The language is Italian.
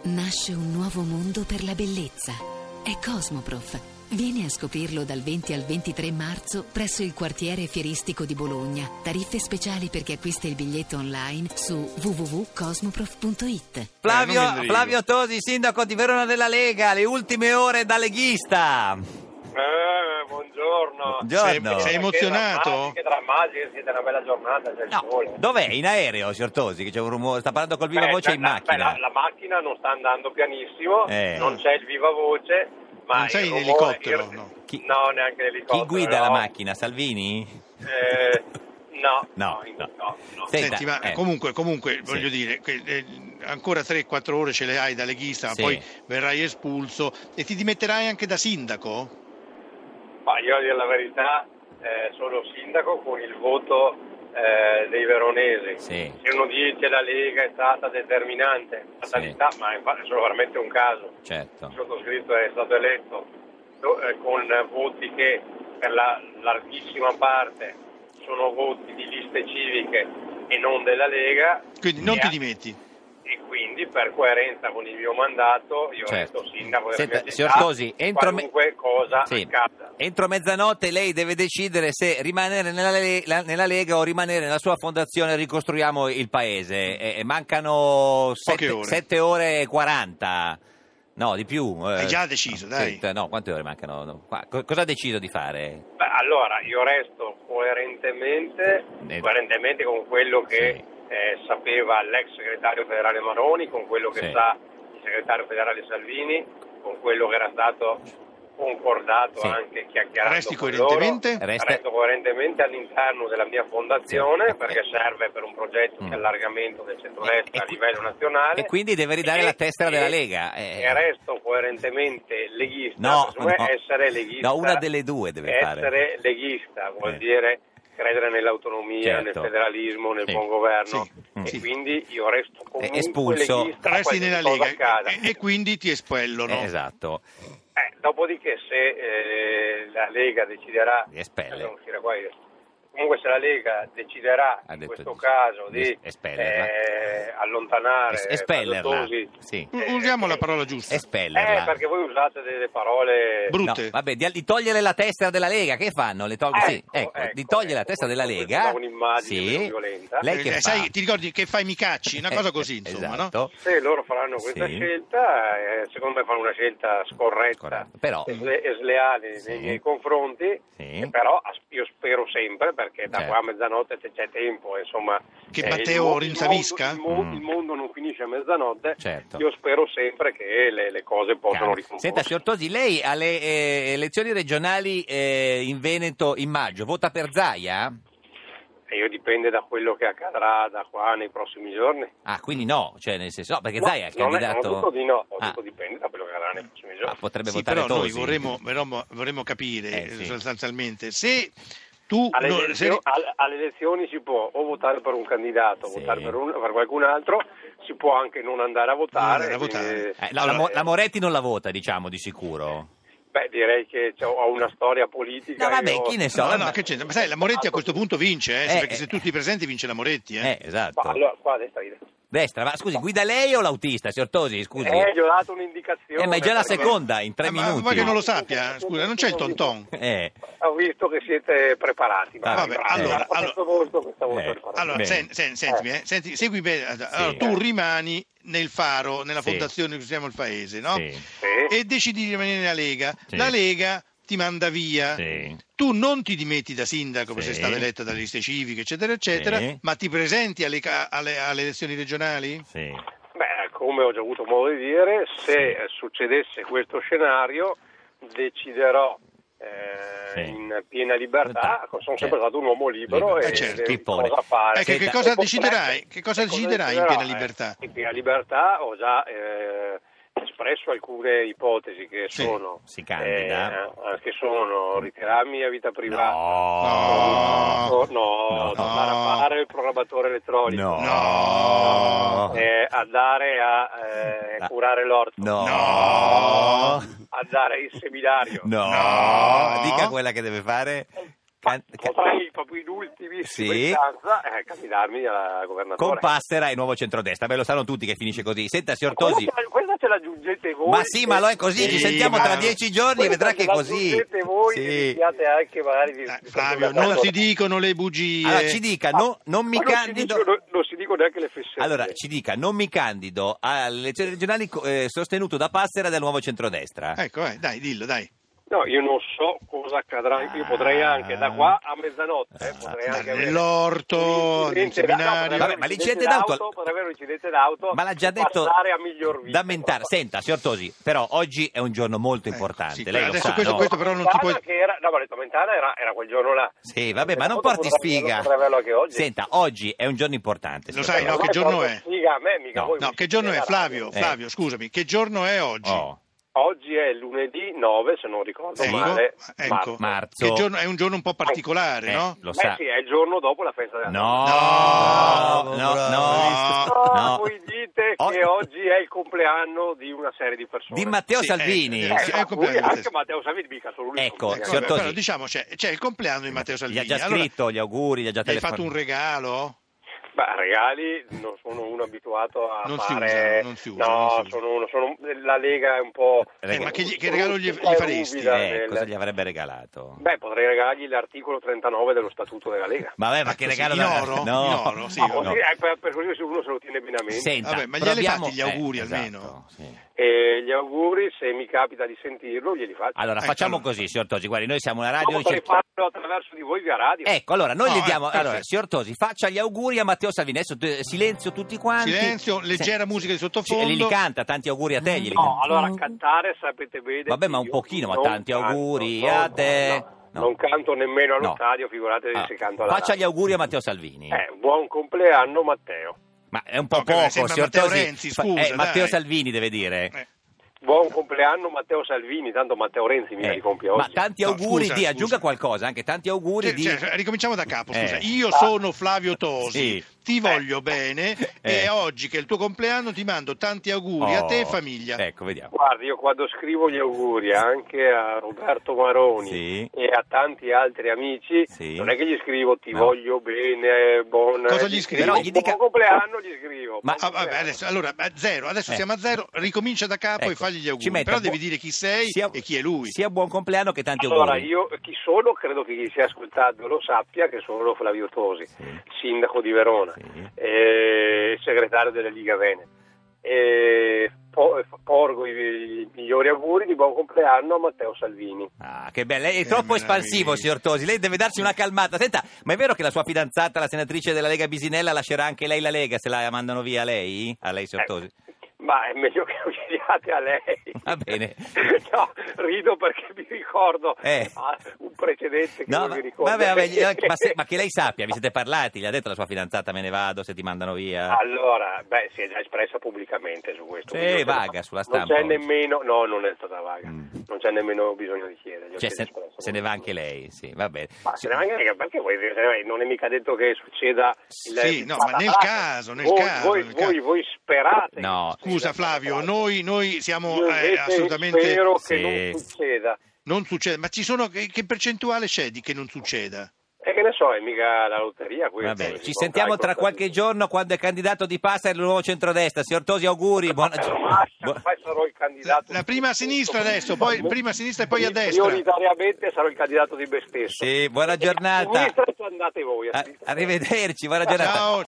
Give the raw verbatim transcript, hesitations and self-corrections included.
Nasce un nuovo mondo per la bellezza. È Cosmoprof. Vieni a scoprirlo dal venti al ventitré marzo presso il quartiere fieristico di Bologna. Tariffe speciali per chi acquista il biglietto online su w w w punto cosmoprof punto i t. Flavio, Flavio Tosi, sindaco di Verona della Lega, le ultime ore da leghista. Eh, buongiorno. Buongiorno. Sei, sei emozionato? Che drammatico, siete una bella giornata, c'è il No, sole. dov'è? In aereo, signor Tosi, che c'è un rumore, sta parlando col viva Beh, voce in la, macchina. beh, la, la macchina non sta andando pianissimo, Eh. non c'è il viva voce, ma Non sei il in rumore- elicottero, il- no? Chi- No, neanche l'elicottero. Chi guida no. la macchina? Salvini? Eh, no, No, in- no. no, no. Senta, Senti, ma eh. comunque, comunque Sì. voglio dire, che, eh, ancora tre quattro ore ce le hai da leghista, ma Sì. poi verrai espulso e ti dimetterai anche da sindaco? Ma io a dire la verità, eh, sono sindaco con il voto eh, dei veronesi. Sì. Se uno dice la Lega è stata determinante, fatalità, ma infatti è solo veramente un caso. Certo. Il sottoscritto è stato eletto eh, con voti che per la larghissima parte sono voti di liste civiche e non della Lega. Quindi non e ti ha- dimetti. E quindi per coerenza con il mio mandato io Certo. resto sindaco della Senta, mia signor città, Tosi, entro me- qualunque cosa Sì. accada. Entro mezzanotte lei deve decidere se rimanere nella, Le- la- nella Lega o rimanere nella sua fondazione Ricostruiamo il Paese. E, e mancano sette ore. sette ore e quaranta. No, di più. eh. Hai già deciso, dai. Sì, no, quante ore mancano? No, qua- co- cosa ha deciso di fare? Beh, allora io resto coerentemente, Eh, coerentemente con quello che sì. eh, sapeva l'ex segretario federale Maroni, con quello che Sì. sa il segretario federale Salvini, con quello che era stato concordato, Sì. anche chiacchierato Resti con coerentemente? loro. Resta- Resto coerentemente all'interno della mia fondazione, Sì. perché serve per un progetto Mm. di allargamento del E- centrodestra e- a livello nazionale. e quindi deve ridare E- la tessera e- della Lega. eh. E resto coerentemente leghista. No, Per me no. essere leghista. No, una delle due deve fare. Essere leghista vuol Eh. dire credere nell'autonomia, Certo. nel federalismo, nel Sì. buon governo. Sì. Mm. E Sì. quindi io resto comunque espulso. leghista. Resti qualsiasi nella cosa Lega accada. e, e quindi ti espellono. Eh, esatto. Eh, dopodiché se eh, la Lega deciderà Di espellere. eh, non uscire qua io. Comunque se la Lega deciderà Ha in detto questo di- caso di di espellerla. eh, allontanare Es- espellerla. Faziotosi, Sì. U- Usiamo la parola giusta. Espellerla. eh, perché voi usate delle parole Brutte. No, vabbè, di, di togliere la tessera della Lega, che fanno? Le tol- sì, Ecco, ecco, di ecco, togliere la ecco, tessera della questa Lega. è un'immagine Sì. meno violenta. Lei che Eh, fa? sai, ti ricordi che fai mi cacci? Una cosa Eh, così, eh, insomma, esatto. Se loro faranno questa Sì. scelta, eh, secondo me fanno una scelta scorretta Corretto. Però- e sle- e sleale Sì. nei miei confronti, Sì. e però as- io spero sempre, perché da Certo. qua a mezzanotte c'è, c'è tempo, insomma. Che eh, Matteo il mo- il rinsavisca? mondo- Il, mo- Mm. il mondo non finisce a mezzanotte, Certo. io spero sempre che le, le cose possano Calma. ricomporsi. Senta, signor Tosi, lei alle eh, elezioni regionali eh, in Veneto in maggio vota per Zaia? E io dipende da quello che accadrà da qua nei prossimi giorni. Ah, quindi no, cioè nel senso, no, perché No, Zaia è il non, è, candidato... non ho detto di no, ho Ah. detto dipende da quello che accadrà nei prossimi Ah, giorni. potrebbe Sì, votare però noi Tosi. vorremmo, vorremmo, vorremmo capire Eh, eh, sì. sostanzialmente se tu Alle, non- elezioni, se- alle- alle elezioni si può o votare per un candidato, o Sì. votare per, un- per qualcun altro, si può anche non andare a votare. Non andare a votare. quindi- Eh, no, la, Allora, Mo- la Moretti non la vota, diciamo, di sicuro. Beh, direi che c'ho- ho una storia politica. No, vabbè, io- chi ne so. No, no, vabbè. che c'entra? Ma sai, la Moretti a questo punto vince, eh, Eh, perché se eh. tutti presenti vince la Moretti. Eh. Eh, esatto. Ma allora, qua a destra, io- Destra, ma scusi, guida lei o l'autista, signor Tosi? Scusi. Eh, gli ho dato un'indicazione. Eh, ma è già la perché seconda, in tre Eh, ma minuti. vuoi che non lo sappia? Scusa, non c'è il tonton. Eh, Ho visto che siete preparati. Ah, ma- vabbè, ma- allora, ma- allora- questo voto, questa voto Eh, è preparata. Allora, Bene. sen- sen- sentimi, eh, senti, segui bene. Allora, Sì. tu rimani nel Faro, nella Sì. fondazione che usiamo il paese, no? sì, Sì. E decidi di rimanere nella Lega. Sì. La Lega ti manda via. sì. Tu non ti dimetti da sindaco perché Sì. sei stato eletto dalle liste civiche, eccetera, eccetera, Sì. ma ti presenti alle, ca- alle- alle elezioni regionali? Sì. Beh, come ho già avuto modo di dire, se eh, succedesse questo scenario, deciderò eh, Sì. in piena libertà. Sono Certo. sempre stato un uomo libero Libero. e Eh, certo. e Pippone. cosa fare. Eh, che, che Senta- cosa E poi- deciderai? Che cosa e deciderai in deciderò? piena libertà? Eh, in piena libertà ho già eh, espresso alcune ipotesi che Sì. sono Si candida. eh, che sono ritirarmi a vita privata, No. no, no, No. andare a fare il programmatore elettronico, No. No. eh, andare a eh, Ah. curare l'orto, No. No. andare in seminario. No. No. Dica quella che deve fare. Can- ca- Potrei proprio in ultimissima Sì. istanza eh, candidarmi alla governatore. con Passera e Nuovo Centrodestra. Beh, lo sanno tutti che finisce così. Senta, signor Quella, Tosi. quella ce l'aggiungete voi. Ma sì, ma lo è così, Sì, ci sentiamo ma- tra dieci giorni e vedrà che è così. Se l'aggiungete voi, Sì. rischiate anche magari di... Eh, Flavio, non si dicono le bugie. Allora ci dica, no, non mi Ma non si, candido. dice, non, non si dicono neanche le fesserie. Allora, ci dica, non mi candido alle elezioni regionali eh, sostenuto da Passera del nuovo centrodestra. Ecco, eh, dai, dillo, dai. No, io non so cosa accadrà, io potrei anche da qua a mezzanotte, eh, potrei anche avere Nell'orto, un nel incidente d'auto, seminario. Vabbè, ma l'incidente d'auto- potrei avere un incidente d'auto, Ma l'ha già e detto passare a miglior vita. da mentare. Senta, signor Tosi, però oggi è un giorno molto importante, sì, lei lo adesso sa, questo- no? questo però non si può... Mentana che era, no, ma ho detto Mentana era, era quel giorno là. Sì, vabbè, ma non Potrei porti averlo- sfiga. potrei averlo anche oggi. Senta, oggi è un giorno importante. Lo signor sai, Tosi. no, che Ormai giorno porto è? sfiga a me, mica No, voi No, mi che giorno è, sentite Flavio? Eh. Flavio, scusami, che giorno è oggi? Oh, Oggi è lunedì nove, se non ricordo Ecco, male, ecco. marzo. marzo. Che giorno, è un giorno un po' particolare, Eh, no? lo Beh sa. sì, è il giorno dopo la festa della No, No, no, bravo, no, No, no. voi dite O- che oggi è il compleanno di una serie di persone. Di Matteo Sì, Salvini. eh, Eh, sì, ma è il compleanno voi di anche Matteo. Matteo Salvini, mica solo lui. Ecco, compleanno. signor Vabbè, Tosi. però diciamo c'è, c'è il compleanno di Matteo Gli ha Salvini. già Allora, scritto gli auguri, gli ha già gli hai telefonato. fatto un regalo? Beh, regali non sono uno abituato a Non si fare. usano, non si usano, No, non si usano. sono uno, sono la Lega è un po'. Eh, ma che gli- che sono regalo gli- un gli po' faresti? ruvida Eh, del- cosa gli avrebbe regalato? Beh, potrei regalargli l'articolo trentanove dello statuto della Lega. Vabbè, ma Ah, che così, regalo in da- oro? No. In oro, sì, Ah, no. così, eh, per, per così uno se lo tiene bene a mente. Senta, Vabbè, ma glieli hai proviamo- fatti gli auguri eh, almeno? esatto, sì. E gli auguri, se mi capita di sentirlo, glieli faccio. Allora, Ecco, facciamo allora. così, signor Tosi, guardi, noi siamo una Ma radio... potrei ricerca- farlo attraverso di voi via radio. Ecco, allora, noi No, gli eh, diamo... allora, perfetto. signor Tosi, faccia gli auguri a Matteo Salvini. Adesso eh, silenzio tutti quanti. Silenzio, leggera musica di Sì, sottofondo. li, li canta, tanti auguri a te, glieli No, canta. allora cantare sapete bene. Vabbè, ma che un io pochino, ma non tanti canto, auguri no, a no, te. no. No. Non canto nemmeno allo No. stadio, figurate Ah, se canto alla faccia gli radio. auguri a Matteo Salvini. Eh, buon compleanno Matteo. Ma è un po' No, che poco, sembra signor Matteo Tosi. Renzi, Fa- scusa, eh, Matteo dai. Salvini deve dire. Eh. Buon compleanno Matteo Salvini, tanto Matteo Renzi mi Eh, li compie oggi. ma tanti No, auguri scusa, di, scusa. aggiunga qualcosa, anche tanti auguri Cioè, di... cioè, ricominciamo da capo, scusa. Eh. Io sono Flavio Tosi, Sì. ti voglio bene Eh. e oggi che è il tuo compleanno ti mando tanti auguri a te e Oh, famiglia. Ecco, vediamo. Guardi, io quando scrivo gli auguri anche a Roberto Maroni Sì. e a tanti altri amici, Sì. non è che gli scrivo ti No. voglio bene, buon... Cosa gli scrivi? Però gli dica- Buon compleanno gli scrivo. Ma- buon Ah, vabbè, compleanno. adesso, allora, a zero, adesso Eh. siamo a zero, ricomincia da capo Ecco, e fagli gli ci auguri. metta Però bu- devi dire chi sei sia- e chi è lui. Sia buon compleanno che tanti Allora, auguri. io chi sono, credo che chi stia ascoltando lo sappia che sono Flavio Tosi, sindaco di Verona, Sì. e segretario della Liga Veneta. E po- porgo i, i migliori auguri di buon compleanno a Matteo Salvini. Ah, che bello, lei è Che troppo meraviglia. espansivo, signor Tosi. Lei deve darsi una calmata. Senta, ma è vero che la sua fidanzata, la senatrice della Lega Bisinella, lascerà anche lei la Lega se la mandano via a lei? A lei, signor Eh, Tosi? Ma è meglio che lo chiediate a lei. Va bene. No, rido perché mi ricordo Eh. ah, un precedente che No, non ma, mi ricordo. vabbè, vabbè, gli- ma, se- ma che lei sappia, vi siete parlati? Gli ha detto la sua fidanzata me ne vado se ti mandano via? Allora, beh, si è già espressa pubblicamente su questo. Sì, quindi non- vaga sulla stampa Non c'è oggi. nemmeno, no, non è stata vaga. Mm. Non c'è nemmeno bisogno di chiedergli. Cioè, si è se, espressa se ne va comunque. anche lei, sì, va bene. Ma se ne va anche perché voi, non è mica detto che succeda il, Sì, il no, ma nel patatato. caso, nel voi, caso, voi, nel voi, caso. voi sperate. No. che Scusa succeda il Flavio, patatato. noi, noi siamo Io eh, invece assolutamente... spero che Sì. non succeda. Non succede, ma ci sono che, che percentuale c'è di che non succeda? E che ne so, è mica la lotteria questa. Va bene, si ci può sentiamo fare tra questa- qualche giorno quando è candidato di Passera il nuovo centrodestra. Signor Tosi, auguri. Buona... Ma buona- poi sarò il candidato. La, la prima a sinistra adesso, poi prima a sinistra e poi a destra. Prioritariamente sarò il candidato di me stesso. Sì, buona A giornata. sinistra ci andate voi. A A- sinistra. arrivederci, buona giornata. Ciao.